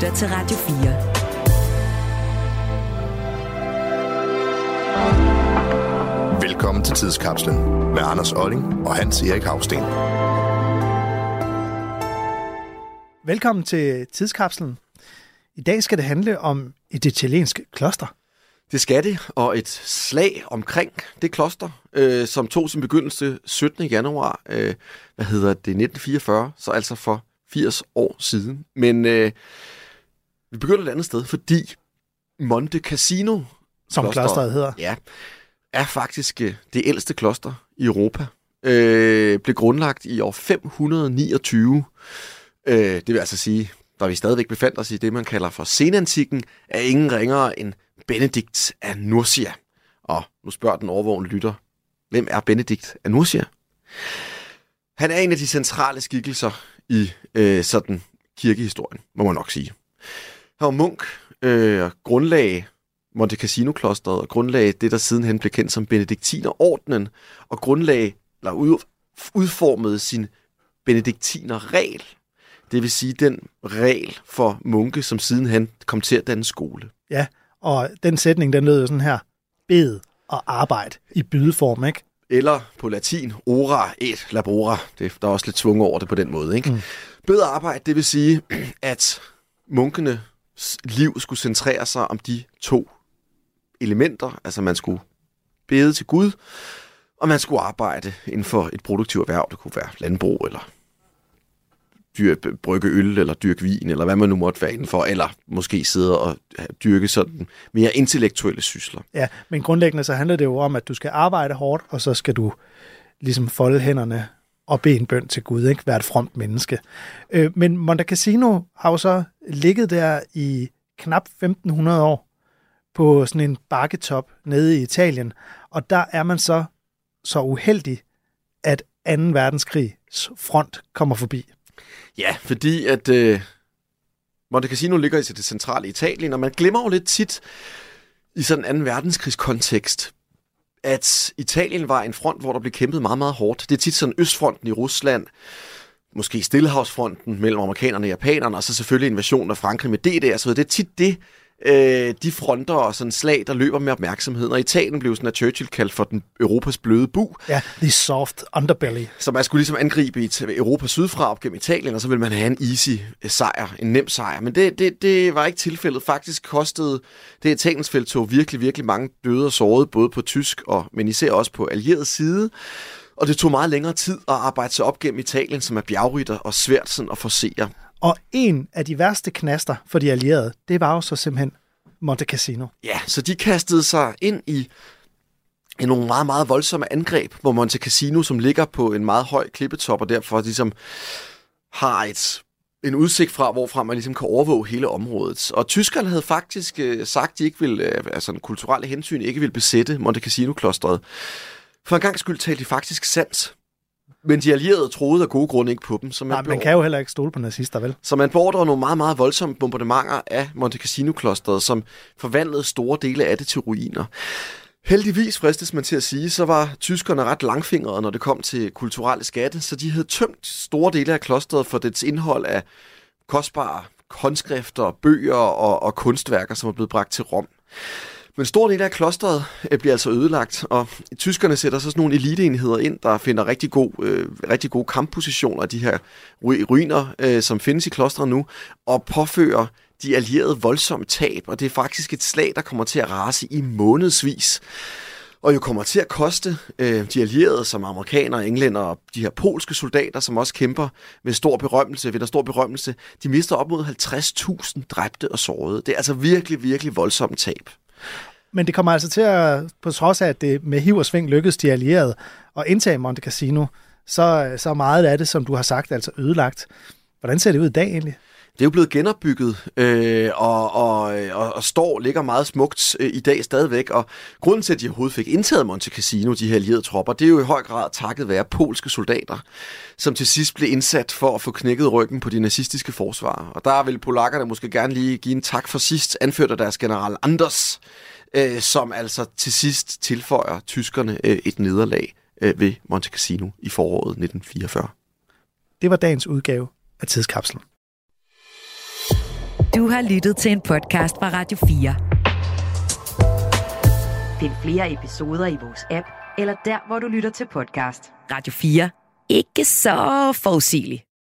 lytter til Radio 4. Velkommen til Tidskapslen med Anders Olling og Hans Erik Hausten. Velkommen til Tidskapslen. I dag skal det handle om et italiensk kloster. Det skal det, og et slag omkring det kloster, som tog sin begyndelse 17. januar 1944, så altså for 80 år siden. Men vi begynder et andet sted, fordi Monte Cassino, som klosteret hedder, ja, er faktisk det ældste kloster i Europa. Blev grundlagt i år 529. Det vil altså sige, da vi stadigvæk befandt os i det, man kalder for senantikken, er ingen ringere end Benedikt af Nursia. Og nu spørger den overvågne lytter, hvem er Benedikt af Nursia? Han er en af de centrale skikkelser i sådan kirkehistorien, må man nok sige. Han var munk, grundlagde Monte Cassino-klosteret, og grundlagde det, der sidenhen blev kendt som Benediktinerordenen, og udformede sin benediktinerregel. Det vil sige den regel for munke, som sidenhen kom til at danne skole. Ja, og den sætning, den lød jo sådan her: bed og arbejde i bydeform, ikke? Eller på latin, ora et labora. Der er også lidt tvunget over det på den måde, ikke? Bed og arbejde, det vil sige, at munkenes liv skulle centrere sig om de to elementer. Altså man skulle bede til Gud, og man skulle arbejde inden for et produktivt erhverv. Det kunne være landbrug, eller brygge øl, eller dyrke vin, eller hvad man nu måtte være indenfor, eller måske sidde og dyrke sådan mere intellektuelle sysler. Ja, men grundlæggende så handler det jo om, at du skal arbejde hårdt, og så skal du ligesom folde hænderne og bede en bøn til Gud, ikke? Være et fromt menneske. Men Monte Cassino har jo så ligget der i knap 1500 år på sådan en bakketop nede i Italien, og der er man så uheldig, at 2. verdenskrigs front kommer forbi. Ja, fordi at Monte Cassino ligger i det centrale Italien, og man glemmer jo lidt tit i sådan en 2. verdenskrigskontekst, at Italien var en front, hvor der blev kæmpet meget, meget hårdt. Det er tit sådan Østfronten i Rusland, måske Stillehavsfronten mellem amerikanerne og japanerne, og så selvfølgelig invasionen af Frankrig med DDR. Så det er tit det, de fronter og sådan slag, der løber med opmærksomheden. Og Italien blev sådan af Churchill kaldt for den Europas bløde bug. Ja, the soft underbelly. Så man skulle ligesom angribe Europa sydfra op gennem Italien, og så ville man have en easy sejr, en nem sejr. Men det var ikke tilfældet. Faktisk kostede det Italiens felttog virkelig, virkelig mange døde og sårede, både på tysk, men især også på allieret side. Og det tog meget længere tid at arbejde sig op gennem Italien, som er bjergrigt og svært sådan at forsere. Og en af de værste knaster for de allierede, det var jo så simpelthen Monte Cassino. Ja, så de kastede sig ind i nogle meget, meget voldsomme angreb, hvor Monte Cassino, som ligger på en meget høj klippetop, og derfor ligesom har en udsigt fra, hvorfra man ligesom kan overvåge hele området. Og tyskerne havde faktisk sagt, at de ikke ville, altså en kulturelle hensyn, ikke ville besætte Monte Cassino-klosteret. For en gang skyld talte de faktisk sandt. Men de allierede troede af gode grunde ikke på dem. Så man kan jo heller ikke stole på nazister, vel? Så man beordrede nogle meget, meget voldsomme bombardementer af Monte Cassino-klosteret, som forvandlede store dele af det til ruiner. Heldigvis, fristes man til at sige, så var tyskerne ret langfingrede, når det kom til kulturelle skatte, så de havde tømt store dele af klosteret for dets indhold af kostbare håndskrifter, bøger og kunstværker, som er blevet bragt til Rom. Men stor del af klosteret bliver altså ødelagt, og tyskerne sætter så sådan nogle eliteenheder ind, der finder rigtig gode kamppositioner af de her ruiner, som findes i klosteret nu, og påfører de allierede voldsomme tab, og det er faktisk et slag, der kommer til at rase i månedsvis, og jo kommer til at koste de allierede, som amerikanere, englænder og de her polske soldater, som også kæmper ved stor berømmelse, de mister op mod 50.000 dræbte og sårede. Det er altså virkelig, virkelig voldsomt tab. Men det kommer altså til at, på trods af, at det med hiv og sving lykkedes de allierede at indtage Monte Cassino, så meget af det, som du har sagt, altså ødelagt. Hvordan ser det ud i dag egentlig? Det er jo blevet genopbygget og ligger meget smukt i dag stadigvæk. Og grunden til, at de overhovedet fik indtaget Monte Cassino, de her allierede tropper, det er jo i høj grad takket være polske soldater, som til sidst blev indsat for at få knækket ryggen på de nazistiske forsvarer. Og der vil polakkerne måske gerne lige give en tak for sidst, anført af deres general Anders, som altså til sidst tilføjer tyskerne et nederlag ved Monte Cassino i foråret 1944. Det var dagens udgave af Tidskapslen. Du har lyttet til en podcast fra Radio 4. Find flere episoder i vores app, eller der, hvor du lytter til podcast. Radio 4. Ikke så forudsigeligt.